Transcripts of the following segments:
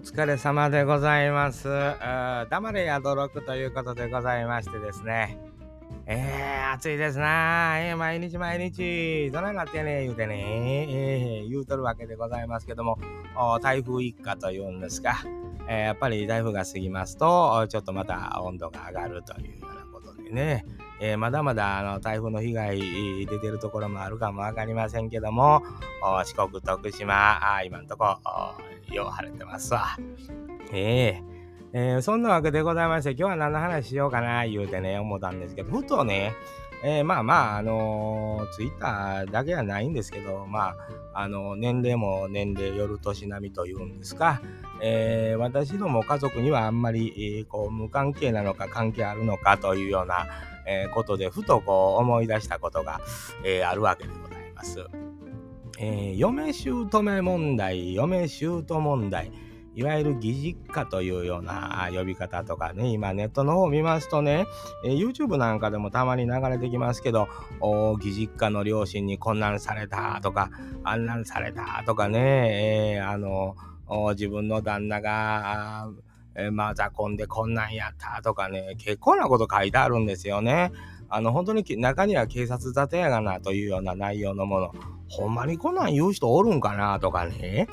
疲れ様でございます。黙れやどろくということでございましてですね。暑いですな。毎日どないなってね言うてね、言うとるわけでございますけども、台風一過というんですか。やっぱり台風が過ぎますと、ちょっとまた温度が上がるというようなことでね。まだまだ台風の被害出てるところもあるかもわかりませんけども、四国、徳島、今んとこよう晴れてますわ。そんなわけでございまして、今日は何の話しようかな言うてね思ったんですけど、ふとね、ツイッターだけはないんですけど、年齢も年齢夜年並みというんですか、私ども家族にはあんまり、無関係なのか関係あるのかというような、ことでふと思い出したことが、あるわけでございます。嫁姑問題、嫁姑問題、いわゆる義実家というような呼び方とかね、今ネットの方を見ますとね、YouTube なんかでもたまに流れてきますけど、義実家の両親にこんなんされたとか、あんなんされたとかね、自分の旦那がザコンでこんなんやったとかね、結構なこと書いてあるんですよね。本当に中には警察沙汰やがなというような内容のもの、ほんまにこんなん言う人おるんかなとかね、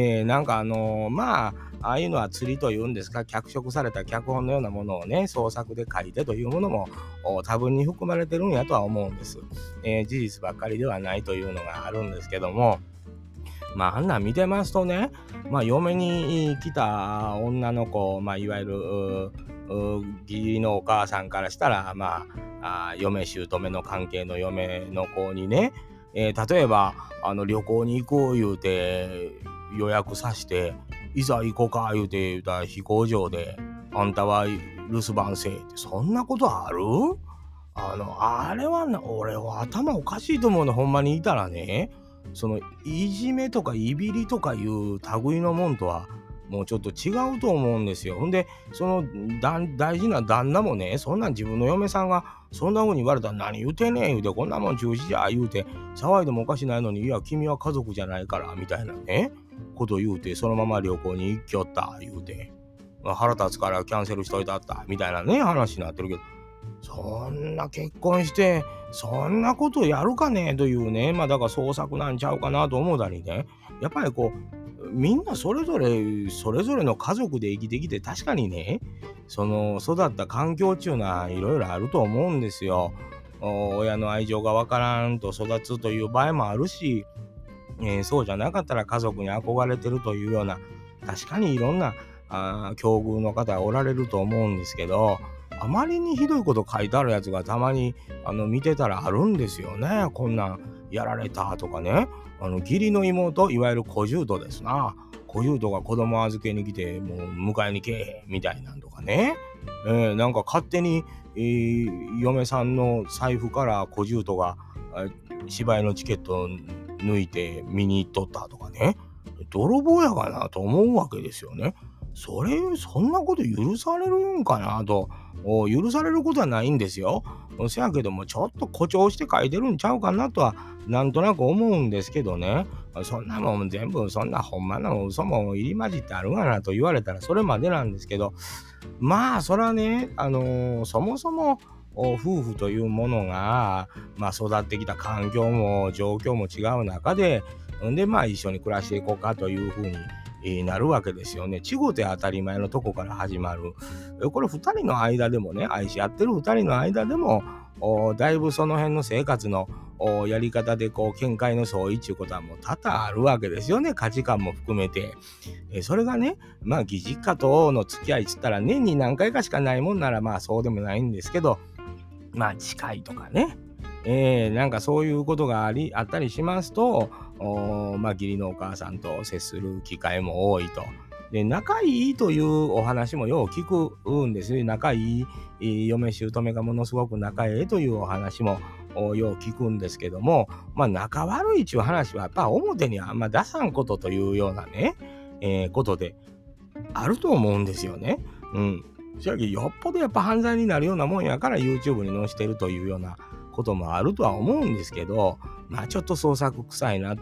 ああいうのは釣りというんですか、脚色された脚本のようなものをね、創作で書いてというものも多分に含まれてるんやとは思うんです。事実ばっかりではないというのがあるんですけども、あんなん見てますとね、嫁に来た女の子、いわゆる義理のお母さんからしたら、嫁姑の関係の嫁の子にね、例えば旅行に行こう言うて予約さしていざ行こうか言うて言うたら飛行場であんたは留守番せえって、そんなことある？あれはな、俺は頭おかしいと思うの。ほんまにいたらね、そのいじめとかいびりとかいう類のもんとはもうちょっと違うと思うんですよ。ほんでその大事な旦那もね、そんなん自分の嫁さんがそんな風に言われたら何言うてんねん言うて、こんなもん中止じゃ言うて騒いでもおかしないのに、いや君は家族じゃないからみたいなねこと言うて、そのまま旅行に行きよった言うて、腹立つからキャンセルしといたったみたいなね話になってるけど、そんな結婚してそんなことやるかねというね、だから創作なんちゃうかなと思うたりね。やっぱりみんなそれぞれの家族で生きてきて、確かにね、その育った環境っていうのはいろいろあると思うんですよ。親の愛情がわからんと育つという場合もあるし、そうじゃなかったら家族に憧れてるというような、確かにいろんな境遇の方おられると思うんですけど、あまりにひどいこと書いてあるやつがたまに見てたらあるんですよね。こんなんやられたとかね、義理の妹、いわゆる小姑ですな、小姑が子供預けに来てもう迎えに来えへんみたいなんとかね、なんか勝手に、嫁さんの財布から小姑が芝居のチケットを抜いて見に行っとったとかね、泥棒やがなと思うわけですよね。そんなこと許されるんかなと。許されることはないんですよ。せやけどもちょっと誇張して書いてるんちゃうかなとはなんとなく思うんですけどね。そんなもん全部そんなほんまの嘘も入り混じってあるがなと言われたらそれまでなんですけど、それはね、そもそも夫婦というものが、育ってきた環境も状況も違う中で、一緒に暮らしていこうかというふうになるわけですよね。違うて当たり前のとこから始まる。これ2人の間でもね、愛し合ってる2人の間でもだいぶその辺の生活のやり方で見解の相違っていうことはもう多々あるわけですよね。価値観も含めて。それがね、義実家との付き合いっつったら年に何回かしかないもんならそうでもないんですけど、近いとかね、なんかそういうことがあったりしますと、義理のお母さんと接する機会も多いと。で、仲いいというお話もよう聞くんですよ。仲いい嫁姑がものすごく仲いいというお話もよう聞くんですけども、仲悪いという話はやっぱ表にはあんま出さんことというようなね、ことであると思うんですよね。そやけどよっぽどやっぱ犯罪になるようなもんやから YouTube に載せてるというようなこともあるとは思うんですけど、ちょっと創作臭いなと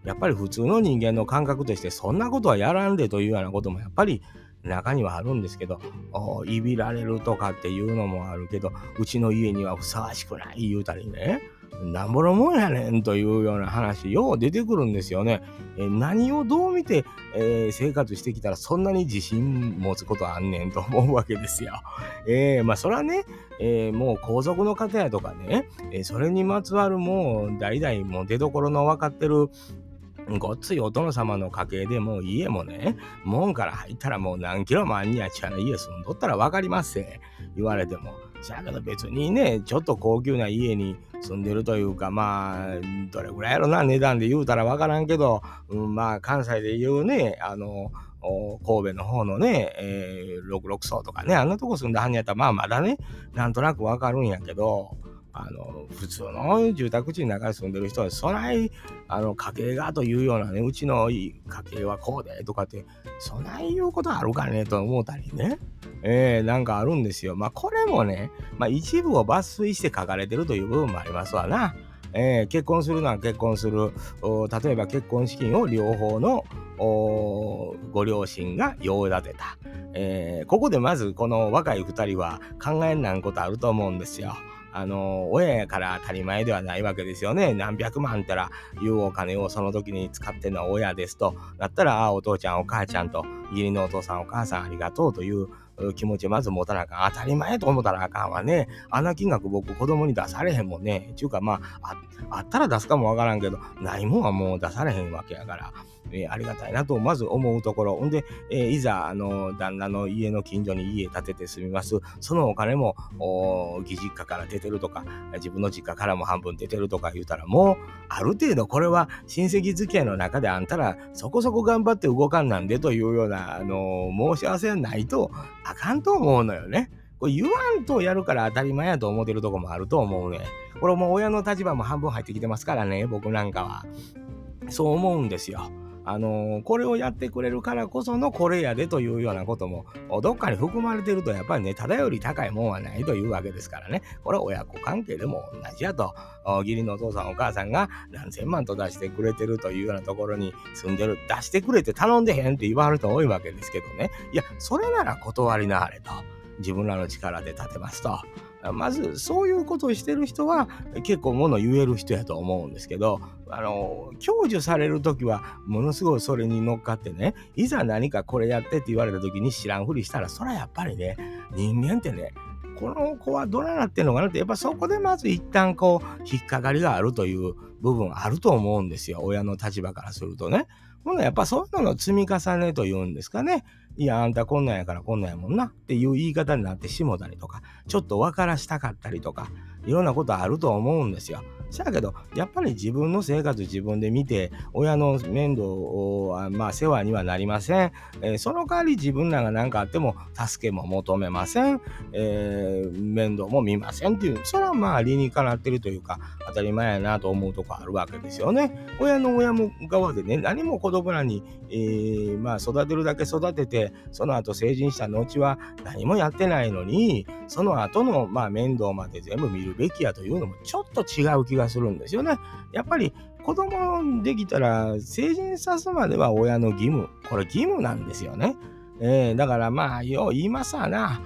やっぱり普通の人間の感覚としてそんなことはやらんでというようなこともやっぱり中にはあるんですけど、いびられるとかっていうのもあるけど、うちの家にはふさわしくない言うたりね、なんぼのもんやねんというような話よう出てくるんですよね。何をどう見て、生活してきたらそんなに自信持つことあんねんと思うわけですよ。それはね、もう皇族の方やとかね、それにまつわるもう代々もう出所の分かってるごっついお殿様の家系でもう家もね、門から入ったらもう何キロもあんにやっちゃう家住んどったら分かりますせ言われても。じゃあけど別にね、ちょっと高級な家に住んでるというか、どれぐらいやろな、値段で言うたら分からんけど、関西で言うね、神戸の方のね、66層とかね、あんなとこ住んだはんやったらまだね、なんとなく分かるんやけど、普通の住宅地の中に住んでる人はそない家計がというようなね、うちの家計はこうでとかってそない言うことあるかねと思ったりね、なんかあるんですよ。これもね、一部を抜粋して書かれてるという部分もありますわな。結婚するのは結婚する、例えば結婚資金を両方のご両親が用立てた、ここでまずこの若い2人は考えんなんことあると思うんですよ。親やから当たり前ではないわけですよね。何百万ったらいうお金をその時に使ってるのは親ですとなったら、お父ちゃんお母ちゃんと義理のお父さんお母さんありがとうという気持ちをまず持たなあかん。当たり前と思ったらあかんわね。あんな金額僕子供に出されへんもんね。ちゅうかあったら出すかもわからんけど、ないもんはもう出されへんわけやから。ありがたいなとまず思うところ。ほんで、いざ旦那の家の近所に家建てて住みます。そのお金も義実家から出てるとか、自分の実家からも半分出てるとか言うたら、もうある程度これは親戚付き合いの中であんたらそこそこ頑張って動かんなんでというような申し合わせはないとあかんと思うのよね。これ言わんとやるから当たり前やと思ってるとこもあると思うね。これもう親の立場も半分入ってきてますからね、僕なんかは。そう思うんですよ。これをやってくれるからこそのこれやでというようなこともどっかに含まれてると、やっぱりね、ただより高いもんはないというわけですからね。これは親子関係でも同じやと。義理のお父さんお母さんが何千万と出してくれてるというようなところに住んでる、出してくれて頼んでへんって言われる人多いわけですけどね。いや、それなら断りなはれと。自分らの力で立てますと。まずそういうことをしてる人は結構もの言える人やと思うんですけど、享受される時はものすごいそれに乗っかってね、いざ何かこれやってって言われた時に知らんふりしたら、それはやっぱりね、人間ってね、この子はどうなってんのかなって、やっぱそこでまず一旦こう引っかかりがあるという部分あると思うんですよ、親の立場からするとね。ほんならやっぱそういうのの積み重ねというんですかね。いや、あんたこんなんやからこんなんやもんなっていう言い方になってしもたりとか、ちょっと分からしたかったりとか、いろんなことあると思うんですよ。しゃあけど、やっぱり自分の生活自分で見て、親の面倒を世話にはなりません。その代わり自分らが何かあっても助けも求めません。面倒も見ませんっていう、それは理にかなってるというか、当たり前やなと思うとこあるわけですよね。親の親も側でね、何も子供らに、育てるだけ育てて、その後成人した後は何もやってないのに、その後の面倒まで全部見るべきやというのもちょっと違う気がするんですよね。やっぱり子供できたら成人さすまでは親の義務、これ義務なんですよね。だからよう言いますわな。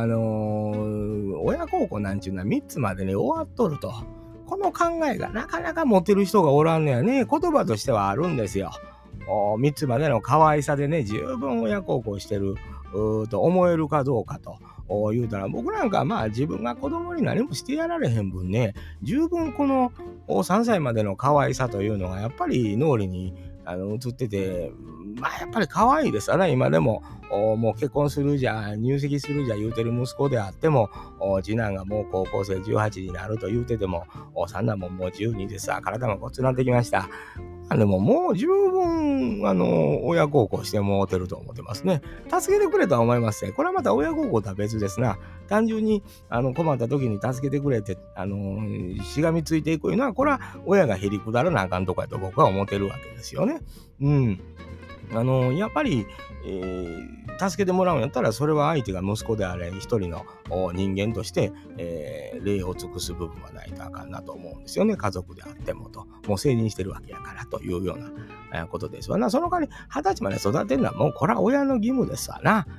親孝行なんちゅうのは3つまでに終わっとると。この考えがなかなか持ってる人がおらんのやね。言葉としてはあるんですよ。3つまでの可愛さでね、十分親孝行してると思えるかどうかと言うたら、僕なんか自分が子供に何もしてやられへん分ね、十分この3歳までの可愛さというのがやっぱり脳裏に映ってて、やっぱり可愛いですわね。今でももう結婚するじゃ入籍するじゃ言うてる息子であっても、次男がもう高校生18になると言うてても、三男ももう12ですわ、体もこっつなってきました。でももう十分親孝行してもうてると思ってますね。助けてくれとは思いますね。これはまた親孝行とは別ですな。単純に困った時に助けてくれてしがみついていくのは、これは親がへりくだらなあかんとこやと僕は思ってるわけですよね。 やっぱり、助けてもらうんやったら、それは相手が息子であれ、一人の人間として、礼を尽くす部分はないとあかんなと思うんですよね。家族であってもと。もう成人してるわけやからというようなことですわな。その代わり、20歳まで育てるのはもうこれは親の義務ですわな。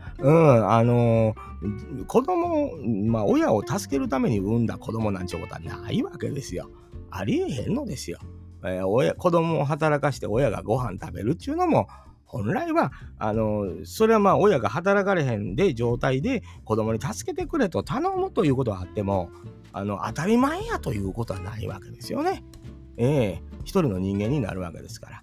子供、親を助けるために産んだ子供なんてことはないわけですよ。ありえへんのですよ。子供を働かして親がご飯食べるっていうのも、本来はそれは親が働かれへんで状態で子供に助けてくれと頼むということはあっても、当たり前やということはないわけですよね。一人の人間になるわけですから。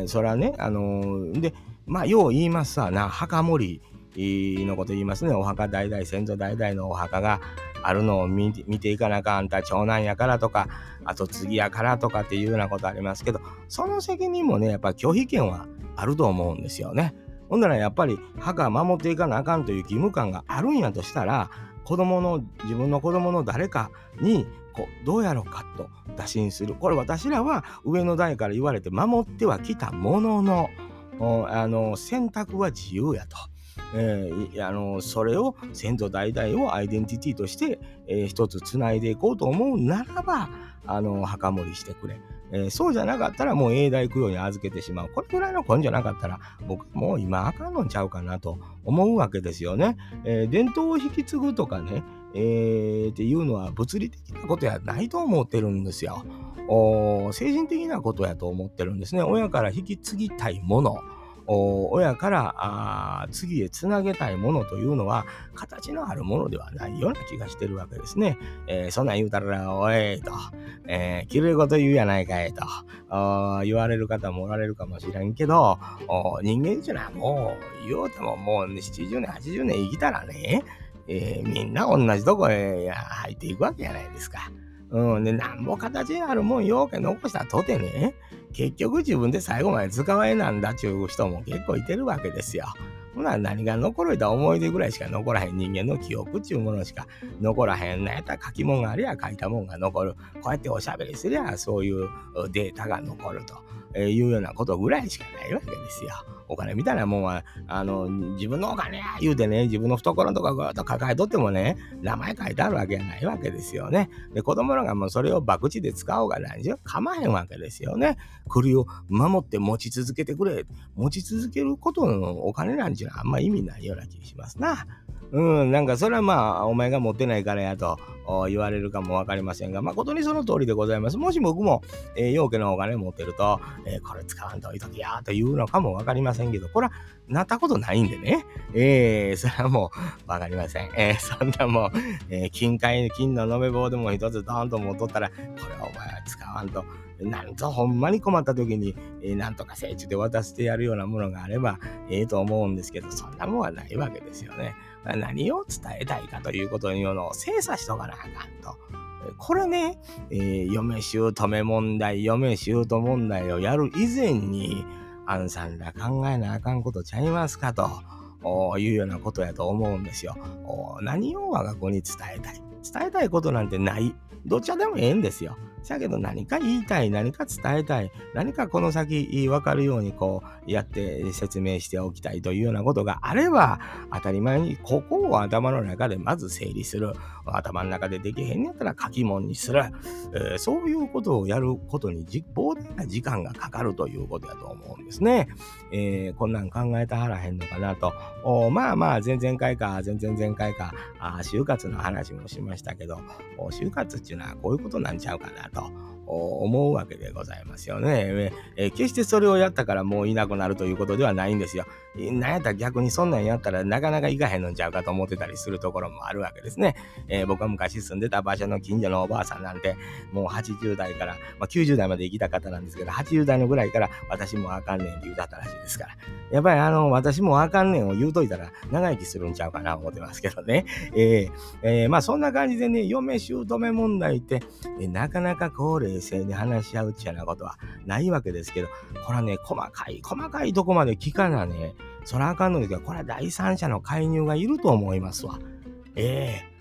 それはね、で、よう言いますわな、墓守のこと言いますね。お墓代々、先祖代々のお墓があるのを見ていかなあかん、あんた長男やからとか、あと次やからとかっていうようなことありますけど、その責任もね、やっぱ拒否権はあると思うんですよね。ほんならやっぱり墓守っていかなあかんという義務感があるんやとしたら、自分の子供の誰かにどうやろうかと打診する。これ私らは上の代から言われて守ってはきたものの、選択は自由やと。それを先祖代々をアイデンティティとして、一つつないでいこうと思うならば墓守りしてくれ。そうじゃなかったらもう永代供養に預けてしまう。これぐらいの根じゃなかったら僕もう今あかんのんちゃうかなと思うわけですよね。伝統を引き継ぐとかね、っていうのは物理的なことやないと思ってるんですよ。精神的なことやと思ってるんですね。親から引き継ぎたいもの、親から次へつなげたいものというのは形のあるものではないような気がしてるわけですね。そんなん言うたらおいと、きれいこと言うやないかいと言われる方もおられるかもしれんけど、人間っていうのはもう言うてももう70年80年生きたらね、みんな同じとこへ入っていくわけじゃないですか。で、なんも形あるもんようけ残したとてね、結局自分で最後まで使わえなんだっていう人も結構いてるわけですよ。ほな何が残るだ思い出ぐらいしか残らへん、人間の記憶っていうものしか残らへん。なんやったら書き物がありゃ書いたもんが残る。こうやっておしゃべりすりゃそういうデータが残るというようなことぐらいしかないわけですよ。お金みたいなもんは自分のお金や言うてね、自分の懐のとかぐーっと抱えとってもね、名前書いてあるわけじゃないわけですよね。で、子供らがもうそれを博打で使おうが何しろ構へんわけですよね。栗を守って持ち続けてくれ。持ち続けることのお金なんていうのはあんま意味ないような気がしますな。なんかそれはお前が持ってないからやと言われるかもわかりませんが、誠にその通りでございます。もし僕も陽家のお金持ってると、これ使わんと置いときやというのかもわかりませんけど、これはなったことないんでね。それはもうわかりません。そんなもう、金の延べ棒でも一つドーンと持っとったら、これはお前は使わんと。なんとほんまに困った時に、なんとか聖地で渡してやるようなものがあればと思うんですけど、そんなもんはないわけですよね。何を伝えたいかということにいうのを精査しとかなあかんと。これね、嫁姑問題、嫁姑問題をやる以前に、あんさんら考えなあかんことちゃいますかというようなことやと思うんですよ。何を我が子に伝えたい。伝えたいことなんてない。どっちでもええんですよ。だけど何か言いたい、何か伝えたい、何かこの先分かるようにやって説明しておきたいというようなことがあれば、当たり前にここを頭の中でまず整理する。頭の中でできへんやったら書き物にする。そういうことをやることに膨大な時間がかかるということだと思うんですね。こんなん考えたはらへんのかなと。前々回か就活の話もしましたけど、就活っていうのはこういうことなんちゃうかなと思うわけでございますよね。決してそれをやったからもういなくなるということではないんですよ。なんやったら逆にそんなんやったらなかなか行かへんのんちゃうかと思ってたりするところもあるわけですね。僕は昔住んでた場所の近所のおばあさんなんてもう80代から、90代まで生きた方なんですけど、80代のぐらいから私もあかんねんって言うたったらしいですから、やっぱり私もあかんねんを言うといたら長生きするんちゃうかな思ってますけどね。そんな感じでね、嫁姑問題ってなかなか冷静に話し合うっちゃなことはないわけですけど、これはね、細かいとこまで聞かなね、そらあかんのですが、これは第三者の介入がいると思いますわ。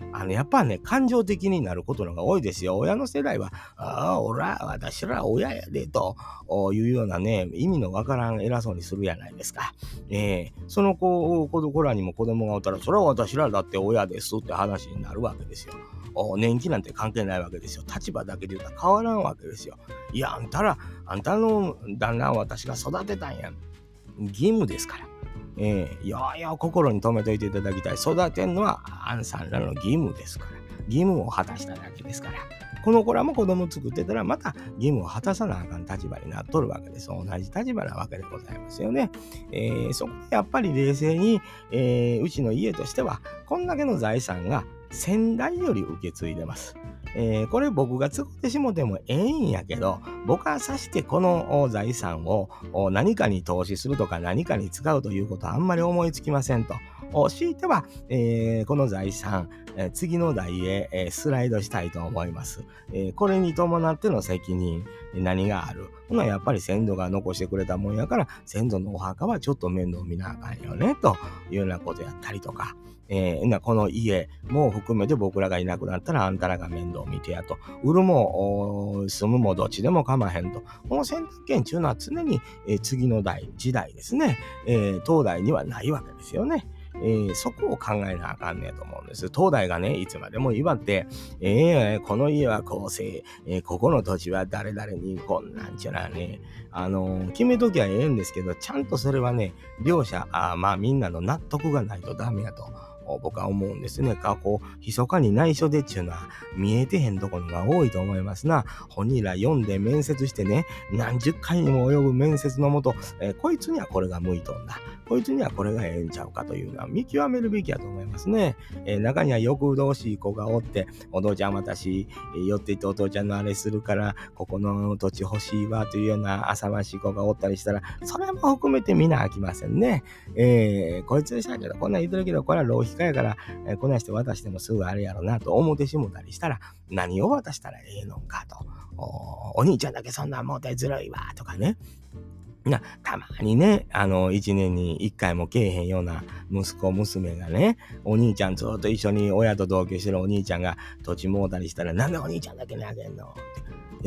やっぱね、感情的になることのが多いですよ。親の世代は、私ら親やで、というようなね、意味のわからん偉そうにするやないですか。その子らにも子供がおったら、それは私らだって親ですって話になるわけですよ。年季なんて関係ないわけですよ。立場だけで言うたら変わらんわけですよ。いや、あんたの旦那は私が育てたんや。義務ですから。心に留めといていただきたい。育てんのはあんさんらの義務ですから。義務を果たしただけですから。この子らも子供作ってたらまた義務を果たさなあかん立場になっとるわけです。同じ立場なわけでございますよね。そこでやっぱり冷静に、うちの家としてはこんだけの財産が先代より受け継いでます。これ僕が作ってしもてもええんやけど、僕はさしてこの財産を何かに投資するとか何かに使うということはあんまり思いつきませんと。強いては、この財産、次の代へ、スライドしたいと思います。これに伴っての責任、何がある。やっぱり先祖が残してくれたもんやから、先祖のお墓はちょっと面倒見なあかんよね、というようなことやったりとか、この家も含めて僕らがいなくなったらあんたらが面倒見てやと。売るも住むもどっちでも構わへんと。この選択権というのは常に、次の時代ですね。当代にはないわけですよね。そこを考えなあかんねえと思うんです。当代がね、いつまでも祝って、この家はこうせここの土地は誰々にこんなんちゅうのはね、決めときはええんですけど、ちゃんとそれはね、両者、みんなの納得がないとダメやと。僕は思うんですね。密かに内緒でっちゅうのは見えてへんところが多いと思いますな。本人ら読んで面接してね、何十回にも及ぶ面接のもと、こいつにはこれが向いとんだ。こいつにはこれがええんちゃうかというのは見極めるべきやと思いますね。中には欲々しい子がおって、お父ちゃん私、寄っていってお父ちゃんのあれするから、ここの土地欲しいわというような浅ましい子がおったりしたら、それも含めて見なあきませんね。こいつでしたけど、こんなん言ってるけど、これは浪費家やから、こんなんして渡してもすぐあれやろなと思ってしもたりしたら、何を渡したらええのかと。お兄ちゃんだけそんなんもうてずるいわとかね。たまにね、一年に一回もけえへんような息子、娘がね、お兄ちゃんずっと一緒に親と同居してるお兄ちゃんが土地もうたりしたら、なんでお兄ちゃんだけにあげんのって。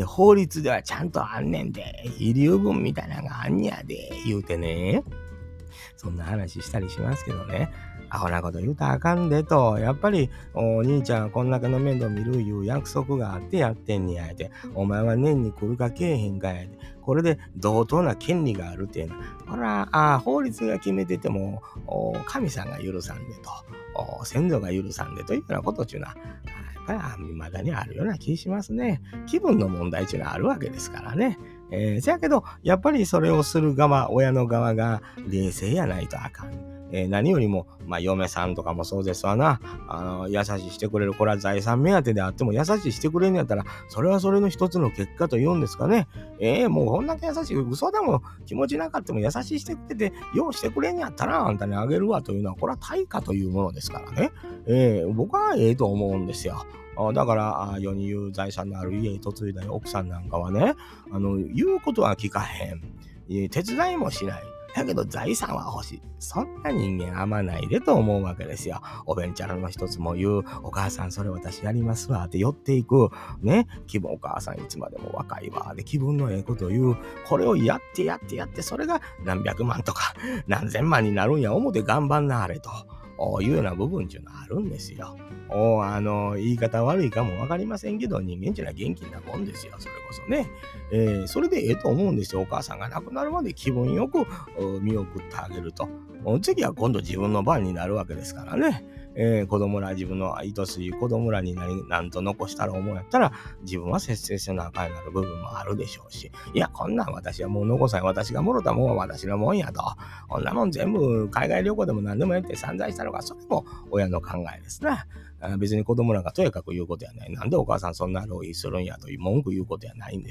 法律ではちゃんとあんねんで、遺留分みたいなのがあんやで、言うてね。そんな話したりしますけどね。アホなこと言うたらあかんでと、やっぱりお兄ちゃんこんだけの面倒見るいう約束があってやってんねやで、お前は年に来るか来えへんかやで、これで同等な権利があるっていうのは、これは法律が決めてても神さんが許さんでと、先祖が許さんでというようなことっていうのは、やっぱり未だにあるような気しますね。気分の問題っていうのはあるわけですからね。せやけど、やっぱりそれをする側、親の側が冷静やないとあかん。何よりも、嫁さんとかもそうですわな。優しいしてくれる。これは財産目当てであっても優しいしてくれるんやったら、それはそれの一つの結果と言うんですかね。もうこんだけ優しい。嘘でも気持ちなかったも優しいしてくれて、ようしてくれんやったらあんたにあげるわというのは、これは対価というものですからね。僕はええと思うんですよ。だから世に言う財産のある家に嫁いだ奥さんなんかはね、言うことは聞かへん。手伝いもしない。だけど財産は欲しい。そんな人間あんまないでと思うわけですよ。おべんちゃらの一つも言う、お母さんそれ私やりますわって寄っていく。ね。お母さんいつまでも若いわ。で、気分のええことを言う。これをやって、それが何百万とか何千万になるんや。思って頑張んなあれと。いうような部分っていうのはあるんですよ。言い方悪いかもわかりませんけど、人間っていうのは元気なもんですよ。それこそね。それでええと思うんですよ。お母さんが亡くなるまで気分よく見送ってあげると。次は今度自分の番になるわけですからね。子供ら自分の愛しい子供らになんと残したら思うやったら自分は節制せなあかんようなる部分もあるでしょうし、いやこんなん私はもう残さん、私がもろたもんは私のもんやと、こんなもん全部海外旅行でも何でもやって散財したのが、それも親の考えですな。別に子供らがとやかく言うことやない。なんでお母さんそんな浪費するんやという文句言うことやないんですよ。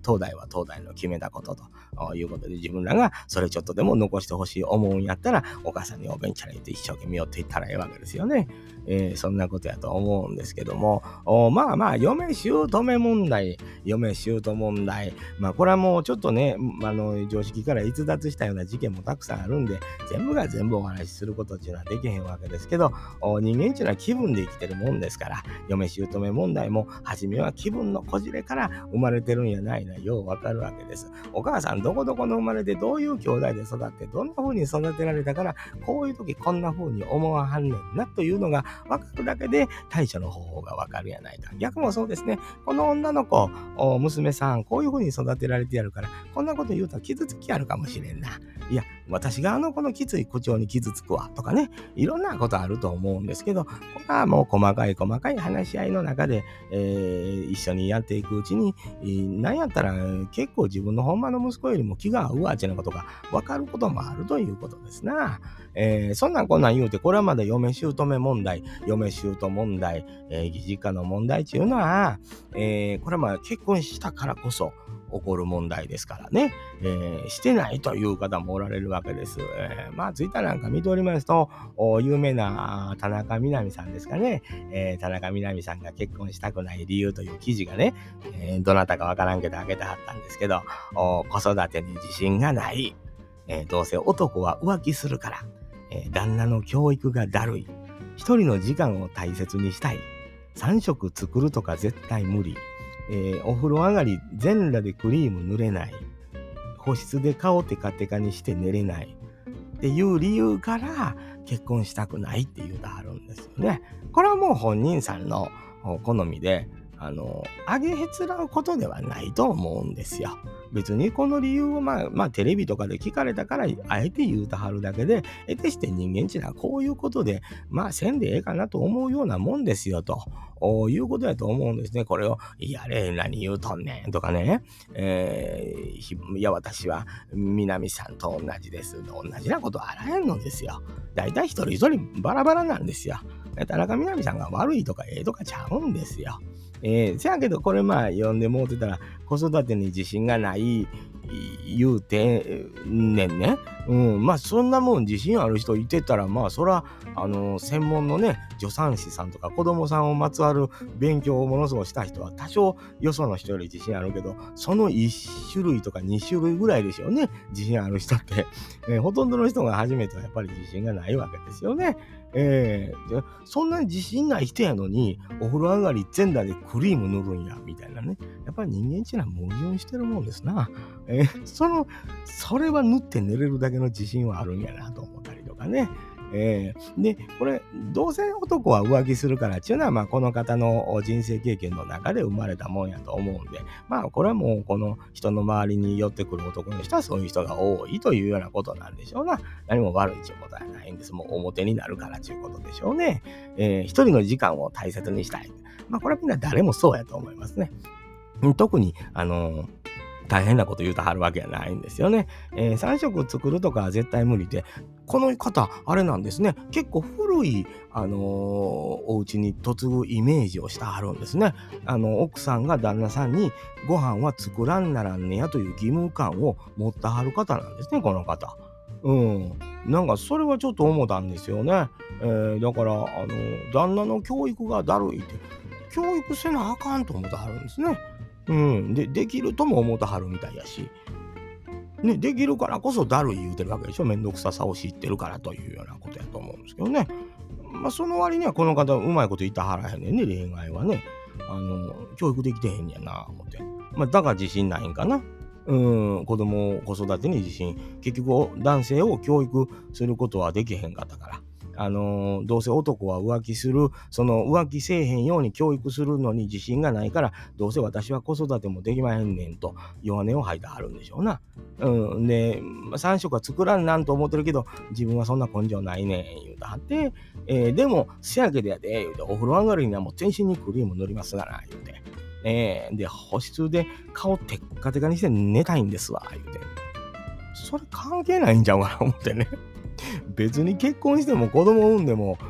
東大は東大の決めたことということで、自分らがそれちょっとでも残してほしい思うんやったら、お母さんにおべんちゃら言って一生懸命寄っていったらええわけですよね。そんなことやと思うんですけども、まあまあ、嫁姑問題、まあこれはもうちょっとね、常識から逸脱したような事件もたくさんあるんで、全部が全部お話しすることっていうのはできへんわけですけど、人間っていうのは気分で生きてるもんですから、嫁姑問題も初めは気分のこじれから生まれてるんやないな、ようわかるわけです。お母さんどこどこの生まれでどういう兄弟で育ってどんな風に育てられたから、こういう時こんな風に思わはんねんなというのがわかるだけで対処の方法がわかるやないか。逆もそうですね。この女の子、娘さんこういう風に育てられてやるからこんなこと言うと傷つきあるかもしれんな。いや、私があの子のきつい口調に傷つくわとかね、いろんなことあると思うんですけど、これはもう細かい話し合いの中で、一緒にやっていくうちに、なんやったら結構自分のほんまの息子よりも気が合うわっていうようなことが分かることもあるということですな。そんなんこんなん言うて、これはまだ嫁姑問題、義実家の問題っていうのは、これはまあ結婚したからこそ起こる問題ですからね、してないという方もおられるわけです。まあツイッターなんか見ておりますと、有名な田中みな実さんですかね、田中みな実さんが結婚したくない理由という記事がね、どなたかわからんけど上げてはったんですけど、子育てに自信がない、どうせ男は浮気するから、旦那の教育がだるい、一人の時間を大切にしたい、3食作るとか絶対無理、お風呂上がり全裸でクリーム塗れない、保湿で顔テカテカにして寝れないっていう理由から結婚したくないっていうのがあるんですよね。これはもう本人さんの好みで、あげへつらうことではないと思うんですよ。別にこの理由をまあテレビとかで聞かれたからあえて言うたはるだけで、得てして人間っていうのはこういうことでまあせんでええかなと思うようなもんですよということやと思うんですね。これをやれ何言うとんねんとかね、いや私は南さんと同じです、同じなことはあらへんのですよ。だいたい一人一人バラバラなんですよ。田中みな実さんが悪いとかええとかちゃうんですよ。せやけどこれまあ読んでもうてたら子育てに自信がない言うてねんね。まあそんなもん自信ある人いてたらまあそら専門のね助産師さんとか子供さんをまつわる勉強をものすごくした人は多少よその人より自信あるけど、その1種類とか2種類ぐらいでしょうね、自信ある人って。ほとんどの人が初めてはやっぱり自信がないわけですよね。そんなに自信ない人やのにお風呂上がり全裸でクリーム塗るんやみたいなね。やっぱり人間っていうのは矛盾してるもんですな。それは塗って寝れるだけの自信はあるんやなと思ったりとかね。でこれどうせ男は浮気するからっていうのはまあこの方の人生経験の中で生まれたもんやと思うんで、まあこれはもうこの人の周りに寄ってくる男の人はそういう人が多いというようなことなんでしょうな。何も悪いということはないんです。もう表になるからということでしょうね。一人の時間を大切にしたい。まあこれはみんな誰もそうやと思いますね。特に大変なこと言うとはるわけじゃないんですよね。3食作るとかは絶対無理で、この方あれなんですね、結構古いお家に嫁ぐイメージをしてはるんですね。奥さんが旦那さんにご飯は作らんならんねやという義務感を持ってはる方なんですね、この方。なんかそれはちょっと思ったんですよね。だから旦那の教育がだるいって教育せなあかんと思ってはるんですね。できるとも思ってはるみたいやし、ね、できるからこそだるい言うてるわけでしょ。めんどくささを知ってるからというようなことやと思うんですけどね。まあその割にはこの方うまいこと言ったはらへんねんね、恋愛はね。教育できてへんやな思って。まあだから自信ないんかな。子供子育てに自信、結局男性を教育することはできへんかったから、どうせ男は浮気する、その浮気せえへんように教育するのに自信がないから、どうせ私は子育てもできまへんねんと弱音を吐いてはるんでしょうな。で3食は作らんなんと思ってるけど自分はそんな根性ないねん言うてはって、でもせやけどやで言うて、お風呂上がりにはもう全身にクリーム塗りますがな言うて、で保湿で顔テッカテカにして寝たいんですわ言うて、それ関係ないんちゃうかな思ってね。別に結婚しても子供産んでも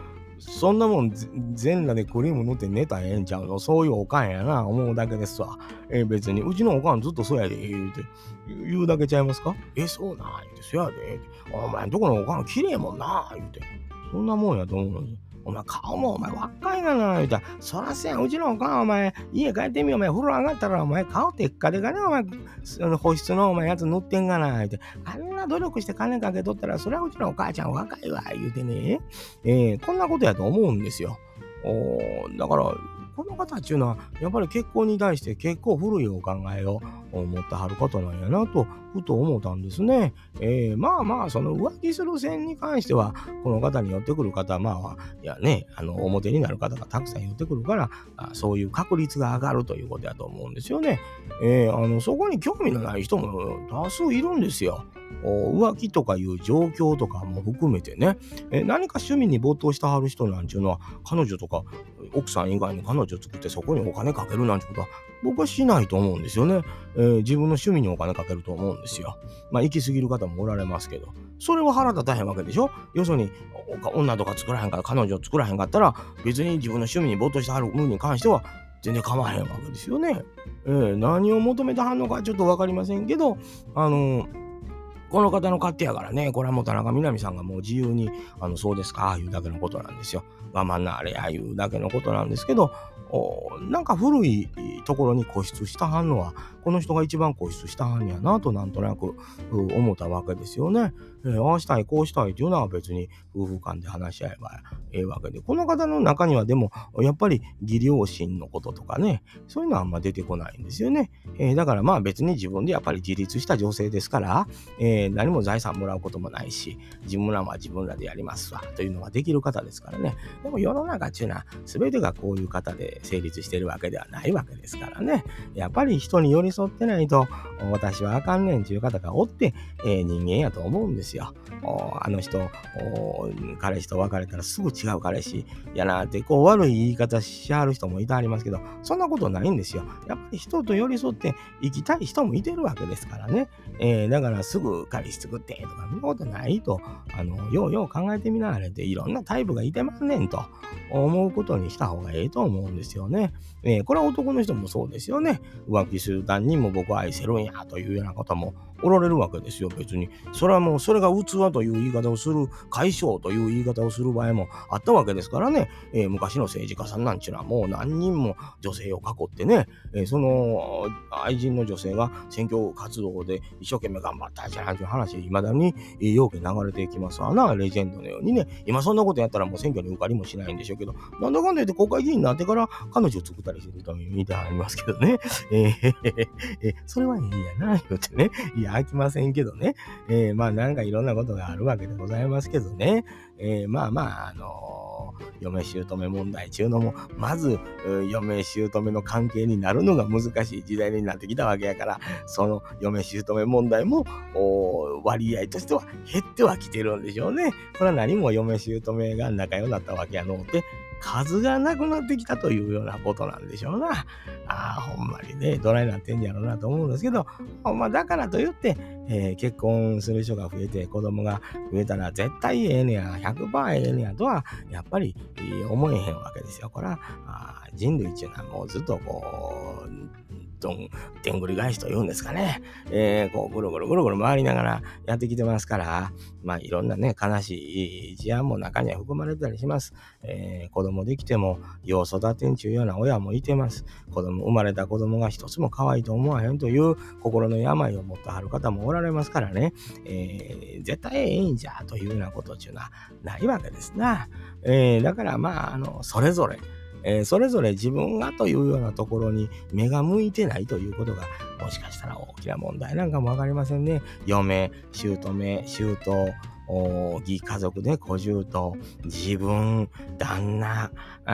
そんなもん全裸でクリーム塗って寝たらええんちゃうの、そういうおかんやな思うだけですわ。別にうちのおかんずっとそうやで言うだけちゃいますか。そうなん言うて、そやでお前んとこのおかん綺麗もんな言うて、そんなもんやと思うのに、お前顔もお前若いがな言うたら、そらせやうちのおかんお前家帰ってみよ、お前風呂上がったらお前顔テッカテカでお前保湿のお前やつ塗ってんがな言うて、あんな努力して金かけとったらそれはうちのお母ちゃん若いわ言うてね、こんなことやと思うんですよ。だからこの方っていうのはやっぱり結婚に対して結構古いお考えを持ってはる方なんやなとふと思ったんですね。まあまあその浮気する線に関してはこの方に寄ってくる方いやね表になる方がたくさん寄ってくるからそういう確率が上がるということだと思うんですよね。そこに興味のない人も多数いるんですよ。浮気とかいう状況とかも含めてね、何か趣味に没頭してはる人なんていうのは彼女とか奥さん以外に彼女作ってそこにお金かけるなんてことは僕はしないと思うんですよね。自分の趣味にお金かけると思うんですよ。行き過ぎる方もおられますけど、それは腹立たへんわけでしょ。要するに女とか作らへんから彼女作らへんかったら別に自分の趣味に没頭してはる分に関しては全然構わへんわけですよね。何を求めてはんのかちょっとわかりませんけど、この方の勝手やからね、これはもう田中みな実さんがもう自由にそうですかいうだけのことなんですよ。我慢なあれやいうだけのことなんですけど、なんか古いところに固執したはんのはこの人が一番固執したはんやなとなんとなく思ったわけですよね。ああしたいこうしたいというのは別に夫婦間で話し合えばええわけで、この方の中にはでもやっぱり義両親のこととかね、そういうのはあんま出てこないんですよね。だから別に自分でやっぱり自立した女性ですから、何も財産もらうこともないし自分らは自分らでやりますわというのができる方ですからね。でも世の中っていうのは全てがこういう方で成立しているわけではないわけですからね。やっぱり人に寄り添ってないと私はあかんねんという方がおって、人間やと思うんですよ。あの人彼氏と別れたらすぐ違う彼氏やなって悪い言い方しはる人もいてありますけど、そんなことないんですよ。やっぱり人と寄り添って生きたい人もいてるわけですからね。だからすぐ彼氏作ってとかそんなことないとよう考えてみなはれていろんなタイプがいてますねんと思うことにした方がええと思うんですよね。これは男の人もそうですよね。浮気する旦にも僕は愛せるんやというような方もおられるわけですよ。別にそれはもうそれが器という言い方をする、解消という言い方をする場合もあったわけですからね。昔の政治家さんなんちゅうのはもう何人も女性を囲ってね、その愛人の女性が選挙活動で一生懸命頑張ったじゃなんていう話いまだによく流れていきますわな、レジェンドのようにね。今そんなことやったらもう選挙に受かりもしないんでしょうけど、なんだかんだ言って国会議員になってから彼女を作ったりしてる人も見てありますけどね。それはいいんやな言うてね。いや飽きませんけどね。なんかいろんなことがあるわけでございますけどね。嫁姑問題中のもまず嫁姑の関係になるのが難しい時代になってきたわけやから、その嫁姑問題も割合としては減ってはきてるんでしょうね。これは何も嫁姑が仲良くなったわけやのうて数がなくなってきたというようなことなんでしょうな。ほんまにねどないなってんやろうなと思うんですけど、だからといって、結婚する人が増えて子供が増えたら絶対ええねや 100% ええねやとはやっぱり思えへんわけですよ。これは人類っていうのはもうずっとでんぐり返しというんですかね、ぐるぐる回りながらやってきてますから、いろんなね悲しい事案も中には含まれたりします。子供できてもよう育てんちゅうような親もいてます。生まれた子供が一つも可愛いと思わへんという心の病を持ってはる方もおられますからね、絶対ええんじゃというようなことっていうのはないわけですな。だからそれぞれ自分がというようなところに目が向いてないということがもしかしたら大きな問題なんかもわかりませんね。嫁、姑、義家族で小姑、自分、旦那、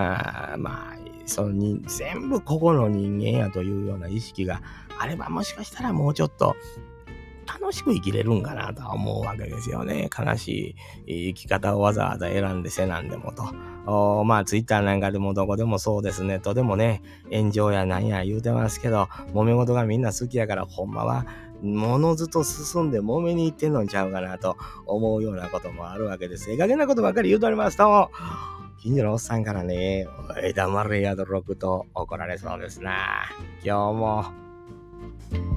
全部個々の人間やというような意識があればもしかしたらもうちょっと楽しく生きれるんかなとは思うわけですよね。悲しい生き方をわざわざ選んでせなんでもと。ツイッターなんかでもどこでもそうですね。とでもね、炎上やなんや言うてますけど、揉め事がみんな好きやからほんまはものずと進んで揉めに行ってんのんちゃうかなと思うようなこともあるわけです。ええ加減なことばっかり言うとおりますと、 近所のおっさんからね、おい、黙れやどろくと怒られそうですな。今日も。